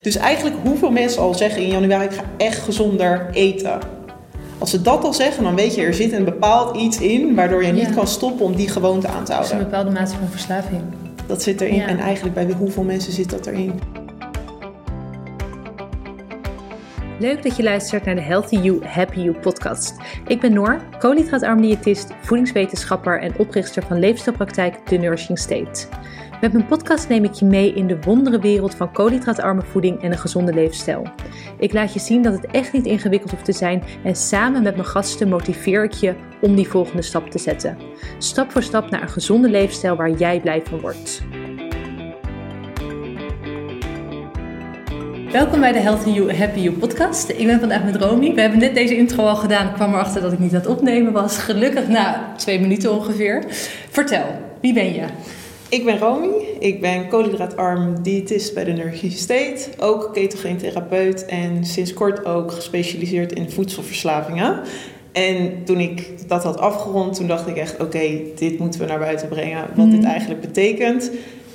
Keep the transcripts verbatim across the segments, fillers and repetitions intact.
Dus eigenlijk hoeveel mensen al zeggen in januari, ik ga echt gezonder eten. Als ze dat al zeggen, dan weet je, er zit een bepaald iets in waardoor je niet ja. kan stoppen om die gewoonte aan te houden. Dat is een bepaalde mate van verslaving. Dat zit erin. Ja. En eigenlijk bij hoeveel mensen zit dat erin? Leuk dat je luistert naar de Healthy You, Happy You podcast. Ik ben Noor, koolhydraatarm diëtist, voedingswetenschapper en oprichter van leefstijlpraktijk The Nourishing State. Met mijn podcast neem ik je mee in de wonderenwereld van koolhydraatarme voeding en een gezonde leefstijl. Ik laat je zien dat het echt niet ingewikkeld hoeft te zijn en samen met mijn gasten motiveer ik je om die volgende stap te zetten. Stap voor stap naar een gezonde leefstijl waar jij blij van wordt. Welkom bij de Healthy You, Happy You podcast. Ik ben vandaag met Romy. We hebben net deze intro al gedaan. Ik kwam erachter dat ik niet aan het opnemen was. Gelukkig na twee minuten ongeveer. Vertel, wie ben je? Ik ben Romy. Ik ben koolhydraatarm diëtist bij de Nourishing State. Ook ketogeen therapeut en sinds kort ook gespecialiseerd in voedselverslavingen. En toen ik dat had afgerond, toen dacht ik echt, oké, okay, dit moeten we naar buiten brengen. Wat mm. dit eigenlijk betekent.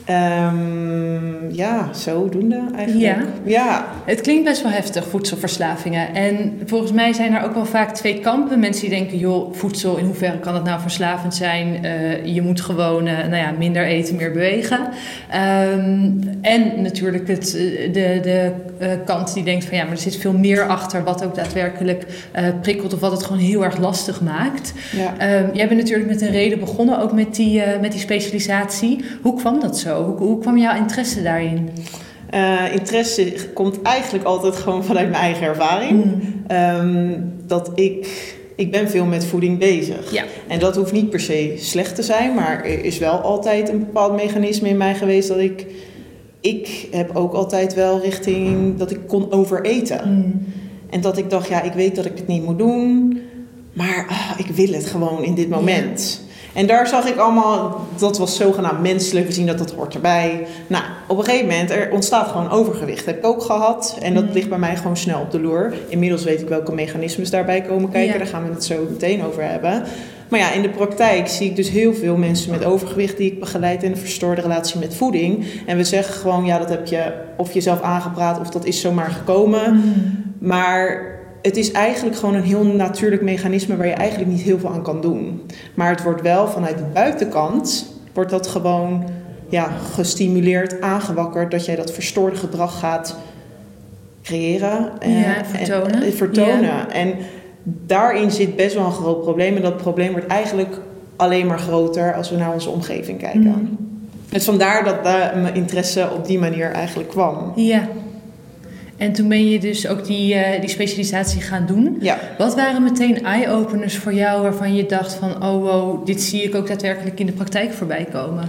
Um, ja, zodoende eigenlijk. Ja. ja, het klinkt best wel heftig, voedselverslavingen. En volgens mij zijn er ook wel vaak twee kampen. Mensen die denken, joh, voedsel, in hoeverre kan het nou verslavend zijn? Uh, je moet gewoon uh, nou ja, minder eten, meer bewegen. Um, en natuurlijk het, de, de uh, kant die denkt van ja, maar er zit veel meer achter wat ook daadwerkelijk uh, prikkelt of wat het gewoon heel erg lastig maakt. Ja. Um, jij bent natuurlijk met een reden begonnen, ook met die, uh, met die specialisatie. Hoe kwam dat zo? Hoe, hoe kwam jouw interesse daarin? Uh, interesse komt eigenlijk altijd gewoon vanuit mijn eigen ervaring. Mm. Um, dat ik... Ik ben veel met voeding bezig. Ja. En dat hoeft niet per se slecht te zijn. Maar er is wel altijd een bepaald mechanisme in mij geweest dat ik... Ik heb ook altijd wel richting dat ik kon overeten. Mm. En dat ik dacht, ja, ik weet dat ik het niet moet doen. Maar oh, ik wil het gewoon in dit moment. Ja. En daar zag ik allemaal, dat was zogenaamd menselijk, we zien dat dat hoort erbij. Nou, op een gegeven moment, er ontstaat gewoon overgewicht. Dat heb ik ook gehad en dat mm. ligt bij mij gewoon snel op de loer. Inmiddels weet ik welke mechanismes daarbij komen kijken, ja. Daar gaan we het zo meteen over hebben. Maar ja, in de praktijk zie ik dus heel veel mensen met overgewicht die ik begeleid in een verstoorde relatie met voeding. En we zeggen gewoon, ja, dat heb je of jezelf aangepraat of dat is zomaar gekomen. Mm. Maar... Het is eigenlijk gewoon een heel natuurlijk mechanisme waar je eigenlijk niet heel veel aan kan doen. Maar het wordt wel vanuit de buitenkant, wordt dat gewoon ja, gestimuleerd, aangewakkerd, dat jij dat verstoorde gedrag gaat creëren. Ja, vertonen. En, en, vertonen. Ja. En daarin zit best wel een groot probleem. En dat probleem wordt eigenlijk alleen maar groter als we naar onze omgeving kijken. Mm. Dus vandaar dat uh, mijn interesse op die manier eigenlijk kwam. Ja. En toen ben je dus ook die, uh, die specialisatie gaan doen. Ja. Wat waren meteen eye-openers voor jou waarvan je dacht van... oh wow, dit zie ik ook daadwerkelijk in de praktijk voorbij komen?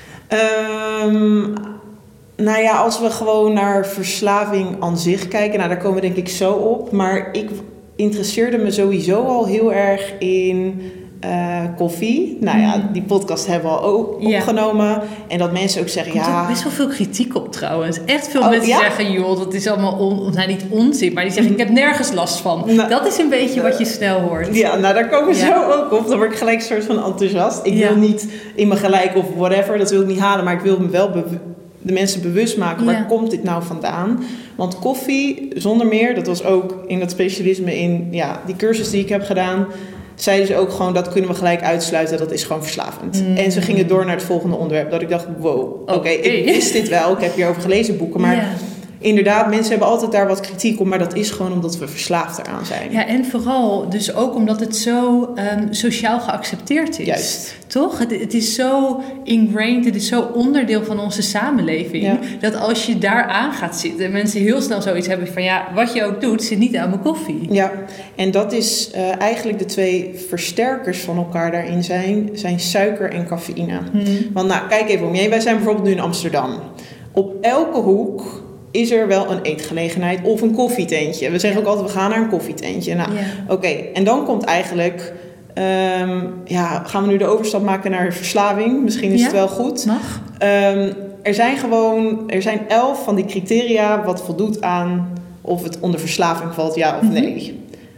Um, nou ja, als we gewoon naar verslaving aan zich kijken... nou, daar komen we denk ik zo op. Maar ik interesseerde me sowieso al heel erg in... Uh, koffie. Nou ja, die podcast hebben we al ook opgenomen. Ja. En dat mensen ook zeggen, er komt ja... Er best wel veel kritiek op trouwens. Echt veel oh, mensen ja? zeggen, joh, dat is allemaal on, nou, niet onzin. Maar die zeggen, ik heb nergens last van. Nou, dat is een beetje wat je snel hoort. Ja, nou daar komen we ja. zo ook op. Dan word ik gelijk een soort van enthousiast. Ik ja. wil niet in me gelijk of whatever. Dat wil ik niet halen. Maar ik wil me wel bew- de mensen bewust maken. Waar ja. komt dit nou vandaan? Want koffie, zonder meer... Dat was ook in dat specialisme in... Ja, die cursus die ik heb gedaan... zeiden ze ook gewoon, dat kunnen we gelijk uitsluiten, dat is gewoon verslavend. Mm. En ze gingen door naar het volgende onderwerp, dat ik dacht, wow, oké, okay, ik wist dit wel, ik heb hierover gelezen boeken, maar... Yeah. Inderdaad, mensen hebben altijd daar wat kritiek op, maar dat is gewoon omdat we verslaafd eraan zijn. Ja, en vooral dus ook omdat het zo um, sociaal geaccepteerd is. Juist. Toch? Het, het is zo ingrained, het is zo onderdeel van onze samenleving, ja. dat als je daar aan gaat zitten, mensen heel snel zoiets hebben van ja, wat je ook doet, zit niet aan mijn koffie. Ja, en dat is uh, eigenlijk de twee versterkers van elkaar daarin zijn, zijn suiker en cafeïne. Hmm. Want nou, kijk even om je heen, wij zijn bijvoorbeeld nu in Amsterdam. Op elke hoek is er wel een eetgelegenheid of een koffietentje. We zeggen ook altijd, we gaan naar een koffietentje. Nou, ja. oké. Okay. En dan komt eigenlijk... Um, ja, gaan we nu de overstap maken naar verslaving? Misschien is ja, het wel goed. Mag. Um, er zijn gewoon... Er zijn elf van die criteria wat voldoet aan... of het onder verslaving valt, ja of nee. Mm-hmm.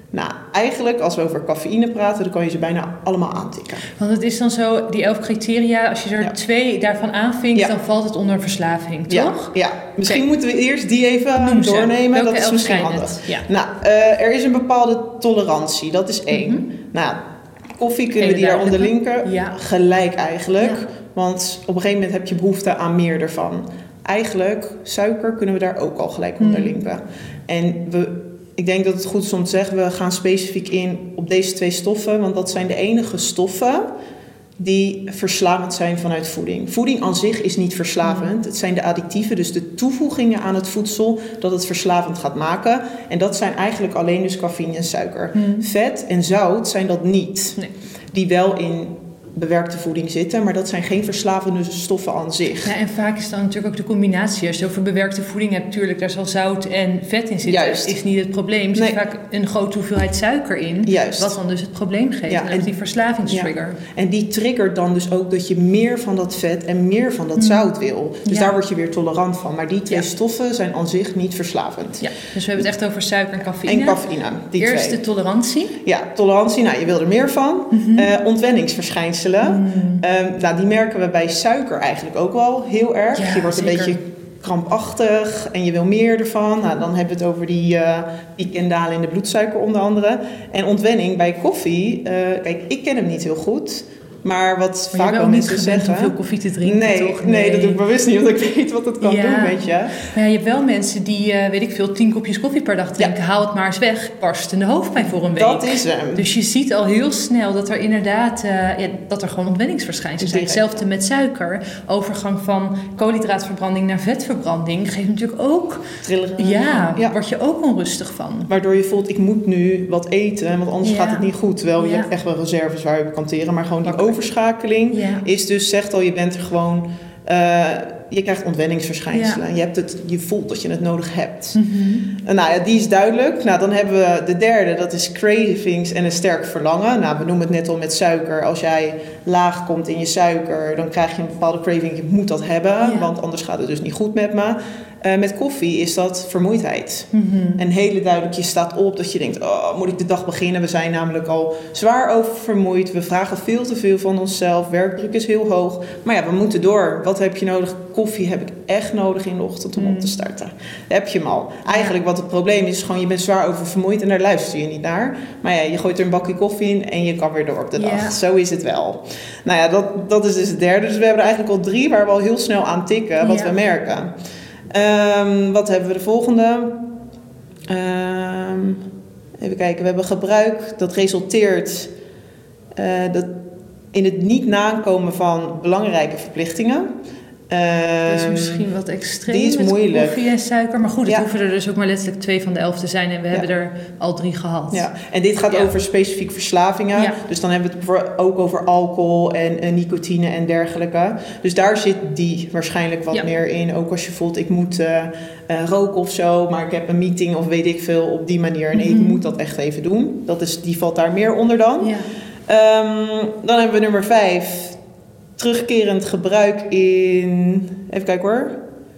Nou, eigenlijk als we over cafeïne praten, dan kan je ze bijna allemaal aantikken. Want het is dan zo, die elf criteria, als je er ja. twee daarvan aanvinkt, ja. dan valt het onder verslaving, toch? Ja, ja. Misschien okay. moeten we eerst die even Noem doornemen. Welke dat is misschien handig. Ja. Nou, uh, er is een bepaalde tolerantie, dat is één. Mm-hmm. Nou, koffie kunnen Hele we die daaronder linken. Ja. Gelijk eigenlijk. Ja. Want op een gegeven moment heb je behoefte aan meer ervan. Eigenlijk, suiker kunnen we daar ook al gelijk mm. onder linken. En we... Ik denk dat het goed is om te zeggen, we gaan specifiek in op deze twee stoffen. Want dat zijn de enige stoffen die verslavend zijn vanuit voeding. Voeding aan zich is niet verslavend. Het zijn de additieven, dus de toevoegingen aan het voedsel, dat het verslavend gaat maken. En dat zijn eigenlijk alleen dus cafeïne en suiker. Mm. Vet en zout zijn dat niet. Nee. Die wel in bewerkte voeding zitten, maar dat zijn geen verslavende stoffen aan zich. Ja, en vaak is dan natuurlijk ook de combinatie. Als je over bewerkte voeding hebt, natuurlijk, daar zal zout en vet in zitten. Juist. Is niet het probleem. Er zit nee. vaak een grote hoeveelheid suiker in. Juist. Wat dan dus het probleem geeft. Ja, en, en die verslavingstrigger. Ja. En die triggert dan dus ook dat je meer van dat vet en meer van dat mm. zout wil. Dus ja. daar word je weer tolerant van. Maar die twee ja. stoffen zijn aan zich niet verslavend. Ja. Dus we hebben het echt over suiker en cafeïne. En cafeïne. Die Eerst twee. de tolerantie. Ja, tolerantie. Nou, je wil er meer van. Mm-hmm. Uh, ontwenningsverschijnselen. Mm. Um, nou, die merken we bij suiker eigenlijk ook wel heel erg. Ja, je wordt een zeker. beetje krampachtig en je wil meer ervan. Nou, dan hebben we het over die uh, piek en dalen in de bloedsuiker onder andere. En ontwenning bij koffie. Uh, kijk, ik ken hem niet heel goed. Maar wat maar vaak wel mensen zeggen... om veel koffie te drinken, nee, toch? Nee, nee, dat doe ik bewust niet, want ik weet wat het kan ja. doen, weet je. Maar ja, je hebt wel mensen die, uh, weet ik veel, tien kopjes koffie per dag drinken. Ja. Haal het maar eens weg. Barstende hoofdpijn voor een week. Dat is hem. Dus je ziet al heel snel dat er inderdaad... Uh, ja, dat er gewoon ontwenningsverschijnselen zijn. Hetzelfde met suiker. Overgang van koolhydraatverbranding naar vetverbranding geeft natuurlijk ook... Trilleren. Ja, ja, word je ook onrustig van. Waardoor je voelt, ik moet nu wat eten, want anders ja. gaat het niet goed. Terwijl je ja. hebt echt wel reserves waar je op kan teren, maar gewoon die okay. overschakeling ja. is dus, zegt al, je bent er gewoon, uh, je krijgt ontwenningsverschijnselen. Ja. Je, hebt het, je voelt dat je het nodig hebt. Mm-hmm. Uh, nou ja, die is duidelijk. Nou, dan hebben we de derde, dat is cravings en een sterk verlangen. Nou, we noemen het net al met suiker. Als jij laag komt in je suiker, dan krijg je een bepaalde craving. Je moet dat hebben, ja. want anders gaat het dus niet goed met me. Uh, met koffie is dat vermoeidheid. Mm-hmm. En hele duidelijk, je staat op dat je denkt, oh, moet ik de dag beginnen? We zijn namelijk al zwaar oververmoeid. We vragen veel te veel van onszelf. Werkdruk is heel hoog. Maar ja, we moeten door. Wat heb je nodig? Koffie heb ik echt nodig in de ochtend om mm. op te starten. Daar heb je hem al. Eigenlijk wat het probleem is, is gewoon je bent zwaar oververmoeid en daar luister je niet naar. Maar ja, je gooit er een bakje koffie in en je kan weer door op de dag. Yeah. Zo is het wel. Nou ja, dat, dat is dus het derde. Dus we hebben er eigenlijk al drie waar we al heel snel aan tikken, wat yeah. we merken. Um, wat hebben we de volgende? Um, even kijken. We hebben gebruik. Dat resulteert uh, dat in het niet nakomen van belangrijke verplichtingen. Um, dat is misschien wat extreem. Die is met moeilijk. Koffie en suiker. Maar goed, het ja. hoeven er dus ook maar letterlijk twee van de elf te zijn. En we ja. hebben er al drie gehad. Ja. En dit gaat ja. over specifiek verslavingen. Ja. Dus dan hebben we het ook over alcohol en, en nicotine en dergelijke. Dus daar zit die waarschijnlijk wat ja. meer in. Ook als je voelt, ik moet uh, uh, roken of zo. Maar ik heb een meeting of weet ik veel op die manier. Nee, mm-hmm. ik moet dat echt even doen. Dat is, die valt daar meer onder dan. Ja. Um, dan hebben we nummer vijf. Terugkerend gebruik in... Even kijken hoor.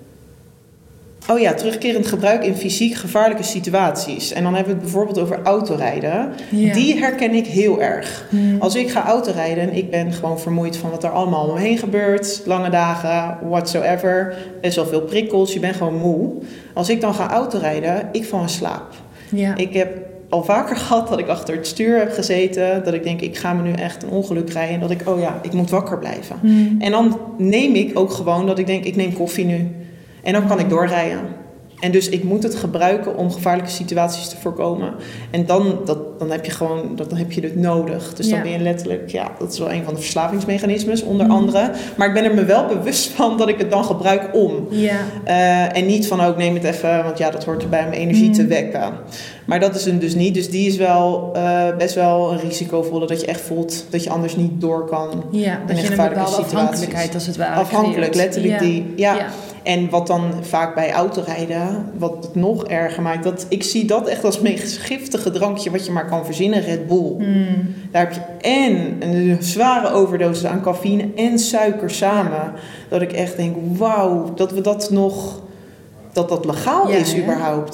Oh ja, terugkerend gebruik in fysiek gevaarlijke situaties. En dan hebben we het bijvoorbeeld over autorijden. Ja. Die herken ik heel erg. Hmm. Als ik ga autorijden en ik ben gewoon vermoeid van wat er allemaal om me heen gebeurt. Lange dagen, whatsoever. Best wel veel prikkels, je bent gewoon moe. Als ik dan ga autorijden, ik val in slaap. Ja. Ik heb al vaker gehad dat ik achter het stuur heb gezeten. Dat ik denk, ik ga me nu echt een ongeluk rijden. En dat ik, oh ja, ik moet wakker blijven. Hmm. En dan neem ik ook gewoon dat ik denk, ik neem koffie nu. En dan kan ik doorrijden. En dus ik moet het gebruiken om gevaarlijke situaties te voorkomen. En dan, dat, dan heb je gewoon, dan heb je het nodig. Dus ja. dan ben je letterlijk, ja, dat is wel een van de verslavingsmechanismes onder mm. andere. Maar ik ben er me wel bewust van dat ik het dan gebruik om. Ja. Uh, en niet van, ook oh, neem het even, want ja, dat hoort erbij om energie mm. te wekken. Maar dat is hem dus niet. Dus die is wel uh, best wel een risicovolle, dat je echt voelt dat je anders niet door kan. Ja, dat je een bepaalde afhankelijkheid als het ware Afhankelijk, creëert. letterlijk ja. die. Ja. ja. En wat dan vaak bij autorijden, wat het nog erger maakt, dat, ik zie dat echt als het meest giftige drankje wat je maar kan verzinnen, Red Bull. Mm. Daar heb je en een zware overdosis aan cafeïne en suiker samen. Dat ik echt denk, wauw, dat we dat nog, dat dat legaal ja, is ja. überhaupt.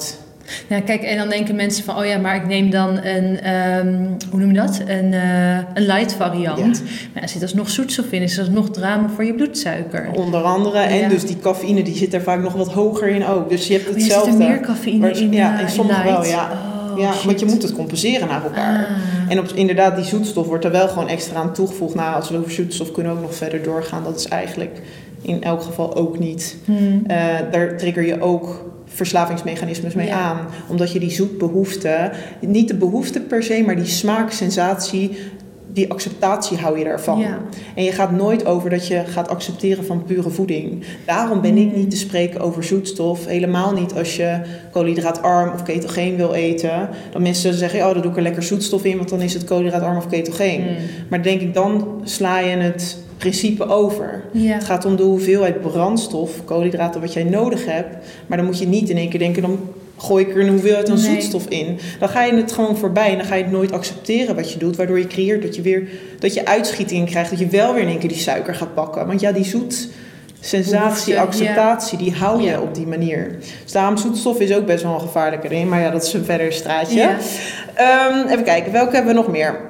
Nou, kijk, en dan denken mensen van, oh ja, maar ik neem dan een, um, hoe noem je dat? Een, uh, een light variant. Ja. Maar er zit alsnog zoetstof in, is alsnog drama voor je bloedsuiker. Onder andere, en ja. dus die cafeïne, die zit er vaak nog wat hoger in ook. Dus je hebt hetzelfde. Oh, ja, zit er meer cafeïne maar, in, ja, uh, in sommige wel, ja. Oh, ja, shit. want je moet het compenseren naar elkaar. Ah. En op, inderdaad, die zoetstof wordt er wel gewoon extra aan toegevoegd. Nou, als we over zoetstof kunnen we ook nog verder doorgaan. Dat is eigenlijk in elk geval ook niet. Hmm. Uh, daar trigger je ook verslavingsmechanismes mee ja. aan. Omdat je die zoetbehoefte, niet de behoefte per se, maar die smaaksensatie, die acceptatie hou je daarvan. Ja. En je gaat nooit over dat je gaat accepteren van pure voeding. Daarom ben ik niet te spreken over zoetstof. Helemaal niet als je koolhydraatarm of ketogeen wil eten. Dan mensen zeggen, oh, dan doe ik er lekker zoetstof in, want dan is het koolhydraatarm of ketogeen. Mm. Maar denk ik, dan sla je het principe over. Ja. Het gaat om de hoeveelheid brandstof, koolhydraten, wat jij nodig hebt. Maar dan moet je niet in één keer denken, dan gooi ik er een hoeveelheid aan nee. zoetstof in. Dan ga je het gewoon voorbij en dan ga je het nooit accepteren wat je doet. Waardoor je creëert dat je weer dat je uitschieting krijgt. Dat je wel weer in één keer die suiker gaat pakken. Want ja, die zoet sensatie, acceptatie, ja. die hou je ja. op die manier. Dus daarom zoetstof is ook best wel een gevaarlijke ding. Maar ja, dat is een verder straatje. Ja. Um, even kijken, welke hebben we nog meer?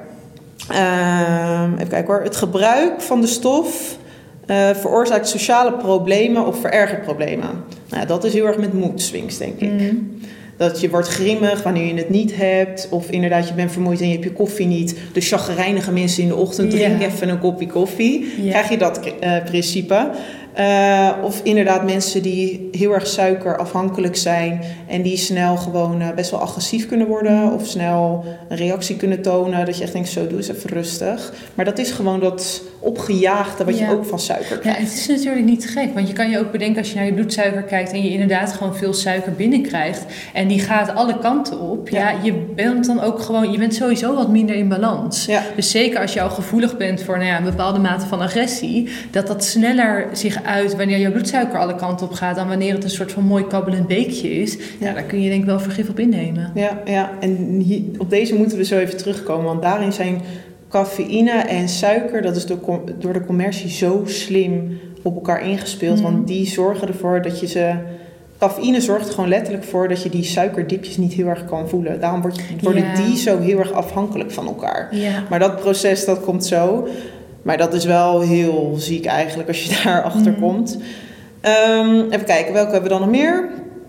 Um, even kijken hoor. Het gebruik van de stof uh, veroorzaakt sociale problemen of verergert problemen. Nou, dat is heel erg met mood swings, denk ik. Mm. Dat je wordt grimmig wanneer je het niet hebt. Of inderdaad, je bent vermoeid en je hebt je koffie niet. De chagrijnige mensen in de ochtend, yeah. drink even een kopje koffie. Yeah. Krijg je dat uh, principe. Uh, of inderdaad mensen die heel erg suikerafhankelijk zijn en die snel gewoon uh, best wel agressief kunnen worden of snel een reactie kunnen tonen. Dat je echt denkt, zo doe eens even rustig. Maar dat is gewoon dat opgejaagde wat ja. je ook van suiker krijgt. Ja, het is natuurlijk niet gek, want je kan je ook bedenken als je naar je bloedsuiker kijkt en je inderdaad gewoon veel suiker binnenkrijgt en die gaat alle kanten op. Ja, ja je bent dan ook gewoon, je bent sowieso wat minder in balans. Ja. Dus zeker als je al gevoelig bent voor nou ja, een bepaalde mate van agressie, dat dat sneller zich uit wanneer je bloedsuiker alle kanten op gaat dan wanneer het een soort van mooi kabbelend beekje is. Ja, ja daar kun je denk ik wel vergif op innemen. Ja, ja. En hier, op deze moeten we zo even terugkomen, want daarin zijn cafeïne en suiker, dat is door, door de commercie zo slim op elkaar ingespeeld, mm. want die zorgen ervoor dat je ze... Cafeïne zorgt er gewoon letterlijk voor dat je die suikerdipjes niet heel erg kan voelen. Daarom word je, worden ja. die zo heel erg afhankelijk van elkaar. Ja. Maar dat proces, dat komt zo. Maar dat is wel heel ziek eigenlijk als je daar achter mm. komt. Um, even kijken, welke hebben we dan nog meer?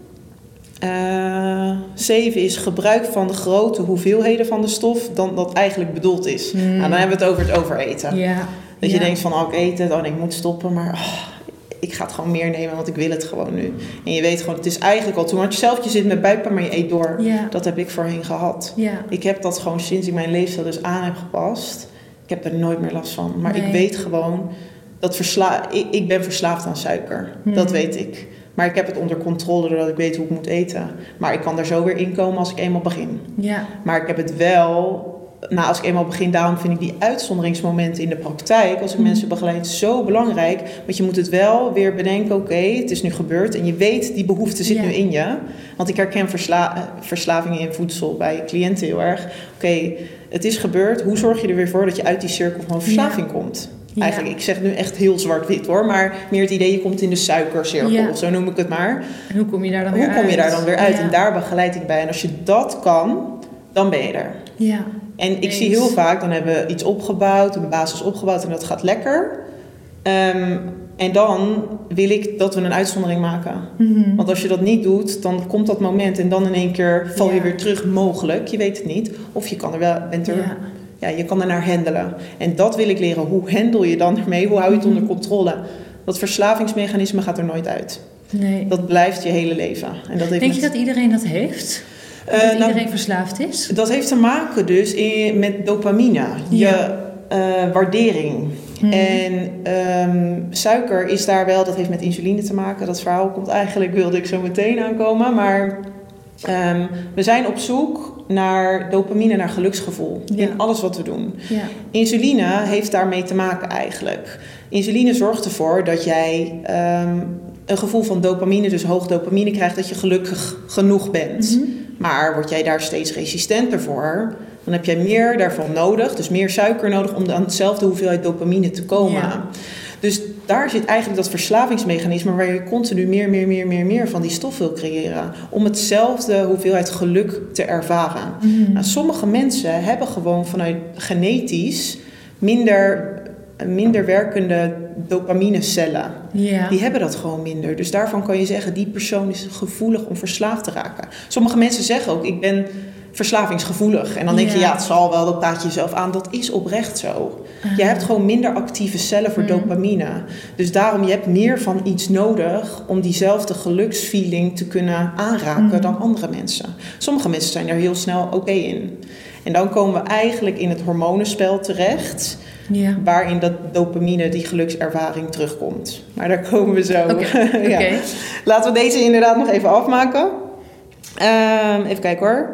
Uh, zeven is gebruik van de grote hoeveelheden van de stof dan dat eigenlijk bedoeld is. Mm. Nou, dan hebben we het over het overeten. Ja. Dat je ja. denkt van, oh, ik eet het, oh nee, ik moet stoppen, maar... Oh, ik ga het gewoon meer nemen, want ik wil het gewoon nu. En je weet gewoon, het is eigenlijk al... Toen had je zelf, je zit met buikpijn, maar je eet door. Ja. Dat heb ik voorheen gehad. Ja. Ik heb dat gewoon sinds ik mijn leefstijl dus aan heb gepast. Ik heb er nooit meer last van. Maar nee. ik weet gewoon, dat versla- ik, ik ben verslaafd aan suiker. Hmm. Dat weet ik. Maar ik heb het onder controle doordat ik weet hoe ik moet eten. Maar ik kan er zo weer in komen als ik eenmaal begin. Ja. Maar ik heb het wel... Nou, als ik eenmaal begin, daarom vind ik die uitzonderingsmomenten in de praktijk, als ik mm. mensen begeleid, zo belangrijk. Want je moet het wel weer bedenken, oké, okay, het is nu gebeurd. En je weet, die behoefte zit ja. nu in je. Want ik herken versla- verslavingen in voedsel bij cliënten heel erg. Oké, okay, het is gebeurd. Hoe zorg je er weer voor dat je uit die cirkel van verslaving ja. komt? Ja. Eigenlijk, ik zeg het nu echt heel zwart-wit hoor, maar meer het idee, je komt in de suikercirkel, ja. zo noem ik het maar. En hoe kom je daar dan hoe weer uit? Hoe kom je daar dan weer uit? Ja. En daar begeleid ik bij. En als je dat kan, dan ben je er. Ja. En ik Eens. zie heel vaak, dan hebben we iets opgebouwd, een basis opgebouwd en dat gaat lekker. Um, en dan wil ik dat we een uitzondering maken. Mm-hmm. Want als je dat niet doet, dan komt dat moment en dan in één keer val je ja. weer terug mogelijk. Je weet het niet. Of je kan er wel, bent er, ja. Ja, je kan er naar handelen. En dat wil ik leren. Hoe handel je dan ermee? Hoe hou je het mm-hmm. onder controle? Dat verslavingsmechanisme gaat er nooit uit. Nee. Dat blijft je hele leven. En dat heeft Denk met... je dat iedereen dat heeft? Dat uh, iedereen nou, verslaafd is? Dat heeft te maken dus in, met dopamine, je ja. uh, waardering. Hmm. En um, suiker is daar wel, dat heeft met insuline te maken. Dat verhaal komt eigenlijk, wilde ik zo meteen aankomen. Maar um, we zijn op zoek naar dopamine, naar geluksgevoel. Ja. In alles wat we doen. Ja. Insuline heeft daarmee te maken eigenlijk. Insuline zorgt ervoor dat jij... Um, een gevoel van dopamine, dus hoog dopamine krijgt, dat je gelukkig genoeg bent. Mm-hmm. Maar word jij daar steeds resistenter voor, dan heb jij meer daarvan nodig, dus meer suiker nodig om aan hetzelfde hoeveelheid dopamine te komen. Ja. Dus daar zit eigenlijk dat verslavingsmechanisme waar je continu meer, meer, meer, meer, meer van die stof wil creëren. Om hetzelfde hoeveelheid geluk te ervaren. Mm. Nou, sommige mensen hebben gewoon vanuit genetisch minder, minder werkende dopaminecellen. Ja. Die hebben dat gewoon minder. Dus daarvan kan je zeggen, die persoon is gevoelig om verslaafd te raken. Sommige mensen zeggen ook, ik ben verslavingsgevoelig. En dan denk je, ja, het zal wel, dat praat je jezelf aan. Dat is oprecht zo. Uh-huh. Je hebt gewoon minder actieve cellen voor mm. dopamine. Dus daarom, je hebt meer van iets nodig om diezelfde geluksfeeling te kunnen aanraken mm. dan andere mensen. Sommige mensen zijn er heel snel oké okay in. En dan komen we eigenlijk in het hormonenspel terecht, ja. waarin dat dopamine, die gelukservaring, terugkomt. Maar daar komen we zo. Okay. ja. Okay. Laten we deze inderdaad nog even afmaken. Um, even kijken hoor.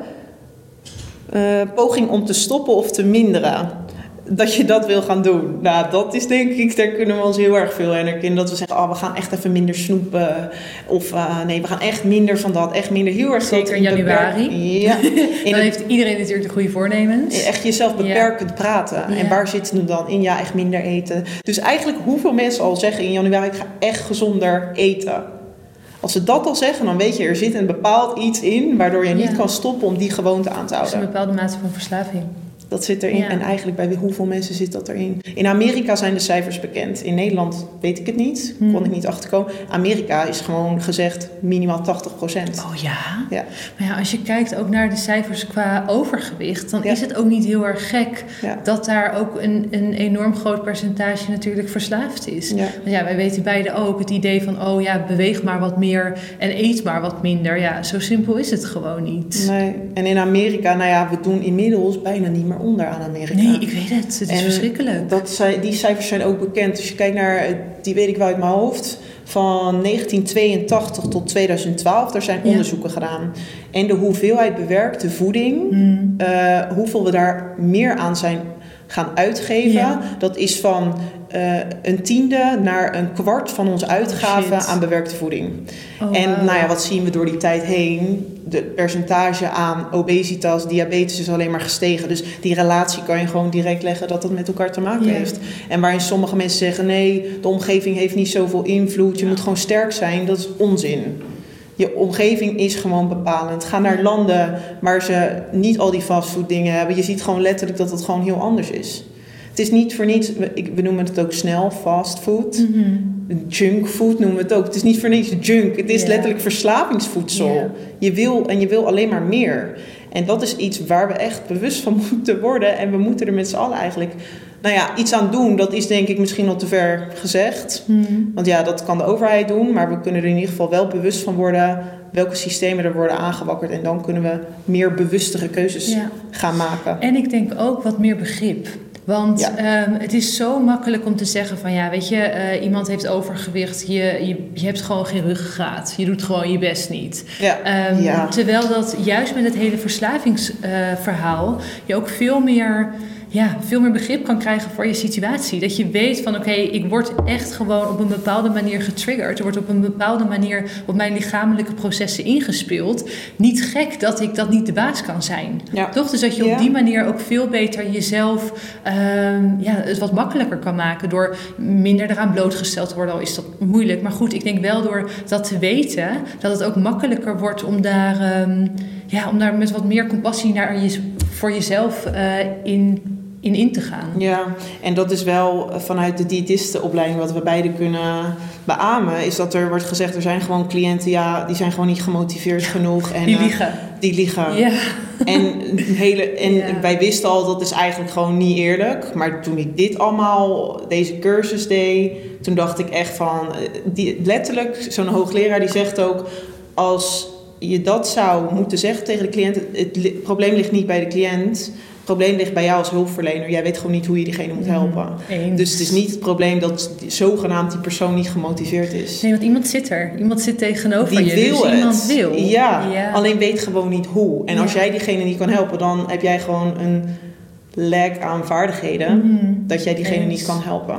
Uh, poging om te stoppen of te minderen. Dat je dat wil gaan doen. Nou, dat is denk ik, daar kunnen we ons heel erg veel in herkennen. Dat we zeggen, oh, we gaan echt even minder snoepen. Of uh, nee, we gaan echt minder van dat. Echt minder, heel erg. Zeker in januari. Beperk- ja. In dan heeft iedereen natuurlijk de goede voornemens. Echt jezelf beperkend ja. praten. Ja. En waar zit het nu dan in? Ja, echt minder eten. Dus eigenlijk hoeveel mensen al zeggen in januari, ik ga echt gezonder eten. Als ze dat al zeggen, dan weet je, er zit een bepaald iets in waardoor je niet ja. kan stoppen om die gewoonte aan te houden. Dat is een bepaalde mate van verslaving. Dat zit erin. Ja. En eigenlijk bij hoeveel mensen zit dat erin? In Amerika zijn de cijfers bekend. In Nederland weet ik het niet. Hmm. Kon ik niet achterkomen. Amerika is gewoon gezegd minimaal tachtig procent. Oh ja? Ja. Maar ja, als je kijkt ook naar de cijfers qua overgewicht, dan ja. is het ook niet heel erg gek ja. dat daar ook een, een enorm groot percentage natuurlijk verslaafd is. Ja. Want ja, wij weten beide ook het idee van, oh ja, beweeg maar wat meer en eet maar wat minder. Ja, zo simpel is het gewoon niet. Nee. En in Amerika, nou ja, we doen inmiddels bijna niet meer onder aan Amerika. Nee, ik weet het. Het is en verschrikkelijk. Dat, die cijfers zijn ook bekend. Als je kijkt naar, die weet ik wel uit mijn hoofd, van negentien tweeëntachtig tot tweeduizend twaalf, daar zijn ja. onderzoeken gedaan. En de hoeveelheid bewerkte voeding, hmm. uh, hoeveel we daar meer aan zijn gaan uitgeven, ja. dat is van uh, een tiende naar een kwart van onze uitgaven oh, aan bewerkte voeding. Oh, en wow. nou ja, wat zien we door die tijd heen? De percentage aan obesitas, diabetes is alleen maar gestegen. Dus die relatie kan je gewoon direct leggen dat dat met elkaar te maken ja. heeft. En waarin sommige mensen zeggen, nee, de omgeving heeft niet zoveel invloed. Je ja. moet gewoon sterk zijn. Dat is onzin. Je omgeving is gewoon bepalend. Ga naar landen waar ze niet al die fastfood dingen hebben. Je ziet gewoon letterlijk dat het gewoon heel anders is. Het is niet voor niets, we noemen het ook snel fastfood. Mm-hmm. Junkfood noemen we het ook. Het is niet voor niets junk. Het is yeah. letterlijk verslavingsvoedsel. Yeah. Je wil en je wil alleen maar meer. En dat is iets waar we echt bewust van moeten worden. En we moeten er met z'n allen eigenlijk nou ja, iets aan doen. Dat is denk ik misschien al te ver gezegd. Mm. Want ja, dat kan de overheid doen. Maar we kunnen er in ieder geval wel bewust van worden welke systemen er worden aangewakkerd. En dan kunnen we meer bewustere keuzes ja. gaan maken. En ik denk ook wat meer begrip. Want ja. um, het is zo makkelijk om te zeggen van ja, weet je, uh, iemand heeft overgewicht, je, je, je hebt gewoon geen ruggengraat. Je doet gewoon je best niet. Ja. Um, ja. Terwijl dat juist met het hele verslavingsverhaal uh, je ook veel meer, ja, veel meer begrip kan krijgen voor je situatie. Dat je weet van oké, okay, ik word echt gewoon op een bepaalde manier getriggerd. Er wordt op een bepaalde manier op mijn lichamelijke processen ingespeeld. Niet gek dat ik dat niet de baas kan zijn. Ja. Toch? Dus dat je ja. op die manier ook veel beter jezelf um, ja, het wat makkelijker kan maken. Door minder eraan blootgesteld te worden. Al is dat moeilijk. Maar goed, ik denk wel door dat te weten, dat het ook makkelijker wordt om daar, um, ja, om daar met wat meer compassie naar je, voor jezelf uh, in... in in te gaan. Ja, en dat is wel vanuit de diëtistenopleiding wat we beide kunnen beamen, is dat er wordt gezegd, er zijn gewoon cliënten, ja, die zijn gewoon niet gemotiveerd genoeg. En, die liegen. Uh, die liegen. Ja. En, hele, en ja. wij wisten al, dat is eigenlijk gewoon niet eerlijk. Maar toen ik dit allemaal, deze cursus deed, toen dacht ik echt van, die, letterlijk, zo'n hoogleraar die zegt ook, als je dat zou moeten zeggen tegen de cliënt, het li- probleem ligt niet bij de cliënt. Het probleem ligt bij jou als hulpverlener. Jij weet gewoon niet hoe je diegene moet helpen. Mm, dus het is niet het probleem dat zogenaamd die persoon niet gemotiveerd is. Nee, want iemand zit er. Iemand zit tegenover die je. Wil dus het. Iemand wil. Ja, ja, alleen weet gewoon niet hoe. En ja. als jij diegene niet kan helpen, dan heb jij gewoon een lack aan vaardigheden. Mm, dat jij diegene eens. niet kan helpen.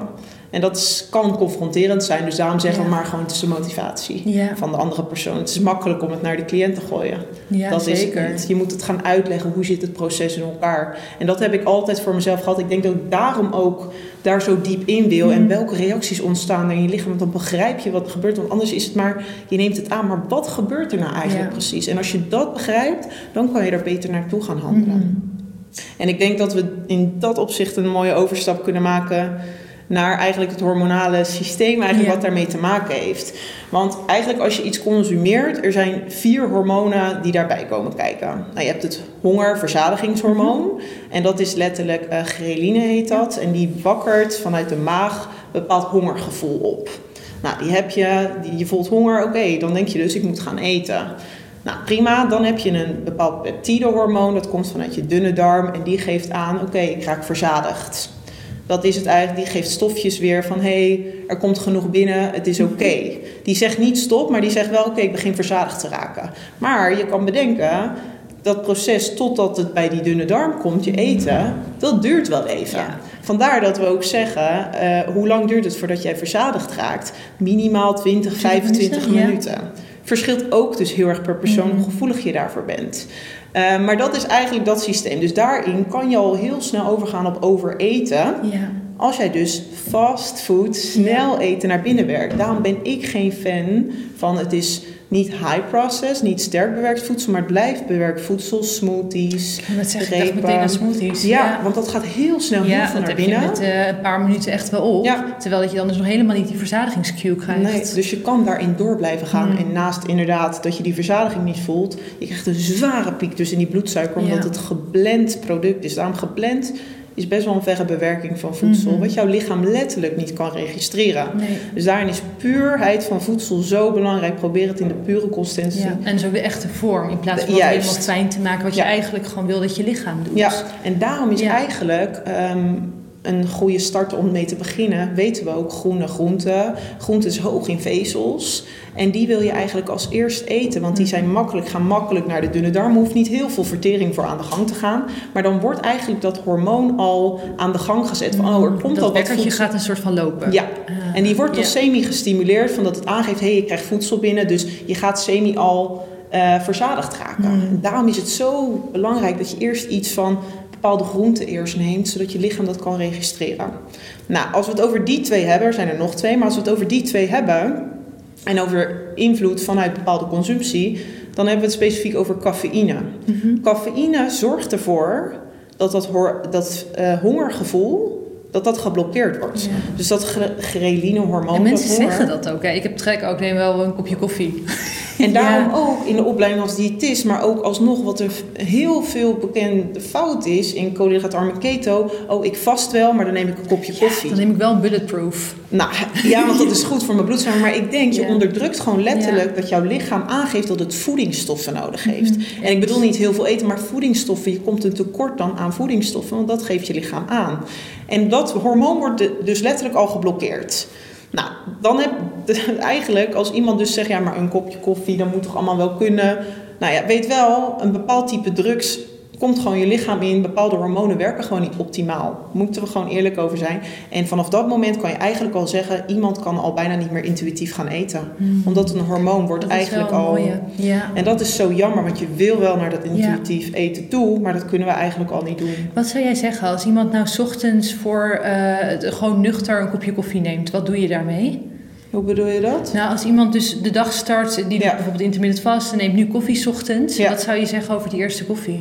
En dat is, kan confronterend zijn. Dus daarom zeggen Ja. we maar gewoon het is de motivatie Ja. van de andere persoon. Het is makkelijk om het naar de cliënt te gooien. Ja, dat zeker. is het niet. Je moet het gaan uitleggen. Hoe zit het proces in elkaar? En dat heb ik altijd voor mezelf gehad. Ik denk dat ik daarom ook daar zo diep in wil. Mm. En welke reacties ontstaan er in je lichaam. Want dan begrijp je wat er gebeurt. Want anders is het maar, je neemt het aan. Maar wat gebeurt er nou eigenlijk Ja. precies? En als je dat begrijpt, dan kan je er beter naartoe gaan handelen. Mm. En ik denk dat we in dat opzicht een mooie overstap kunnen maken naar eigenlijk het hormonale systeem, eigenlijk Ja. wat daarmee te maken heeft. Want eigenlijk als je iets consumeert, er zijn vier hormonen die daarbij komen kijken. Nou, je hebt het honger-verzadigingshormoon. Mm-hmm. En dat is letterlijk uh, ghreline heet dat. En die wakkert vanuit de maag een bepaald hongergevoel op. Nou, die heb je, die, je voelt honger, oké, okay, dan denk je dus ik moet gaan eten. Nou, prima. Dan heb je een bepaald peptidehormoon. Dat komt vanuit je dunne darm. En die geeft aan, oké, okay, ik raak verzadigd. Dat is het eigenlijk. Die geeft stofjes weer van, hé, hey, er komt genoeg binnen. Het is oké. Okay. Die zegt niet stop, maar die zegt wel, oké, okay, ik begin verzadigd te raken. Maar je kan bedenken, dat proces totdat het bij die dunne darm komt, je eten, dat duurt wel even. Ja. Vandaar dat we ook zeggen, uh, hoe lang duurt het voordat jij verzadigd raakt? Minimaal twintig, vijfentwintig minuten. Ja. Verschilt ook dus heel erg per persoon hoe gevoelig je daarvoor bent. Uh, maar dat is eigenlijk dat systeem. Dus daarin kan je al heel snel overgaan op overeten. Ja. Als jij dus fast food, snel eten naar binnen werkt. Daarom ben ik geen fan van het is niet high process, niet sterk bewerkt voedsel, maar het blijft bewerkt voedsel, smoothies, dat zeg ik echt meteen aan smoothies. Ja, ja, want dat gaat heel snel heel ja, veel naar heb binnen. Je met uh, een paar minuten echt wel op. Ja. Terwijl dat je dan dus nog helemaal niet die verzadigingscue krijgt. Nee, dus je kan daarin door blijven gaan. Mm. En naast inderdaad dat je die verzadiging niet voelt, je krijgt een zware piek dus in die bloedsuiker, omdat ja. het geblend product is. Daarom geblend is best wel een verre bewerking van voedsel, mm-hmm. wat jouw lichaam letterlijk niet kan registreren. Nee. Dus daarin is puurheid van voedsel zo belangrijk. Probeer het in de pure consistentie. Ja. En zo de echte vorm, in plaats van Juist. het helemaal fijn te maken wat ja. je eigenlijk gewoon wil dat je lichaam doet. Ja, en daarom is ja. eigenlijk um, een goede start om mee te beginnen, weten we ook, groene groenten. Groente is hoog in vezels. En die wil je eigenlijk als eerst eten. Want die zijn makkelijk, gaan makkelijk naar de dunne darm. Er hoeft niet heel veel vertering voor aan de gang te gaan. Maar dan wordt eigenlijk dat hormoon al aan de gang gezet. Van, oh, er komt dat al wat voedsel. gaat een soort van lopen. Ja, en die wordt al ja. semi gestimuleerd. Van dat het aangeeft, hé, hey, je krijgt voedsel binnen. Dus je gaat semi al uh, verzadigd raken. Mm. En daarom is het zo belangrijk dat je eerst iets van bepaalde groenten eerst neemt, zodat je lichaam dat kan registreren. Nou, als we het over die twee hebben, er zijn er nog twee, maar als we het over die twee hebben en over invloed vanuit bepaalde consumptie, dan hebben we het specifiek over cafeïne. Mm-hmm. Cafeïne zorgt ervoor dat dat, hoor, dat uh, hongergevoel, dat dat geblokkeerd wordt. Ja. Dus dat ghreline-hormoon. En mensen zeggen dat ook. Hè? Ik heb trek ook, neem wel een kopje koffie. En daarom ja. ook in de opleiding als diëtist, maar ook alsnog wat er heel veel bekend fout is in koolhydraatarme keto. Oh, ik vast wel, maar dan neem ik een kopje ja, koffie. Dan neem ik wel een bulletproof. Nou, ja, want dat is goed voor mijn bloedsuiker. Maar ik denk, je ja. onderdrukt gewoon letterlijk ja. dat jouw lichaam aangeeft dat het voedingsstoffen nodig heeft. Mm-hmm. En ik bedoel niet heel veel eten, maar voedingsstoffen. Je komt een tekort dan aan voedingsstoffen, want dat geeft je lichaam aan. En dat hormoon wordt dus letterlijk al geblokkeerd. Nou, dan heb je eigenlijk, als iemand dus zegt, ja, maar een kopje koffie, dat moet toch allemaal wel kunnen. Nou ja, weet wel, een bepaald type drugs komt gewoon je lichaam in. Bepaalde hormonen werken gewoon niet optimaal. Moeten we gewoon eerlijk over zijn. En vanaf dat moment kan je eigenlijk al zeggen, iemand kan al bijna niet meer intuïtief gaan eten. Mm. Omdat een hormoon wordt dat eigenlijk al... Mooie. Ja. En dat is zo jammer, want je wil wel naar dat intuïtief ja. eten toe, maar dat kunnen we eigenlijk al niet doen. Wat zou jij zeggen als iemand nou 's ochtends voor uh, gewoon nuchter een kopje koffie neemt? Wat doe je daarmee? Hoe bedoel je dat? Nou, als iemand dus de dag start, die ja. bijvoorbeeld intermittent vast en neemt nu koffie 's ochtends. Ja. Wat zou je zeggen over die eerste koffie?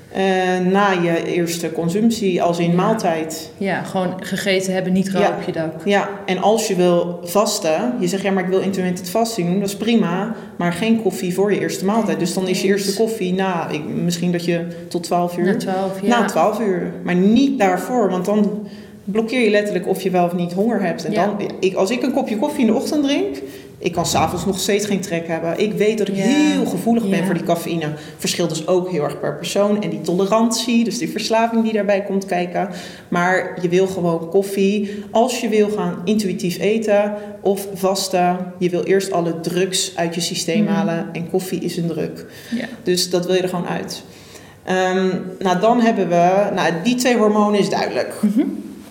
Uh, na je eerste consumptie, als in ja. maaltijd. Ja, gewoon gegeten hebben, niet rauw ja. op je dak. Ja, en als je wil vasten, je zegt ja, maar ik wil intermittent fasting doen, dat is prima, maar geen koffie voor je eerste maaltijd. Dus dan is je eerste koffie na, ik, misschien dat je tot twaalf uur. Na twaalf, ja. Na twaalf uur, maar niet daarvoor, want dan blokkeer je letterlijk of je wel of niet honger hebt. En ja. dan, ik, als ik een kopje koffie in de ochtend drink, ik kan 's avonds nog steeds geen trek hebben. Ik weet dat ik ja. heel gevoelig ben ja. voor die cafeïne. Verschilt dus ook heel erg per persoon. En die tolerantie, dus die verslaving die daarbij komt kijken. Maar je wil gewoon koffie. Als je wil gaan intuïtief eten of vasten, je wil eerst alle drugs uit je systeem mm. halen. En koffie is een drug. Ja. Dus dat wil je er gewoon uit. Um, nou, dan hebben we... Nou, die twee hormonen is duidelijk. Mm-hmm.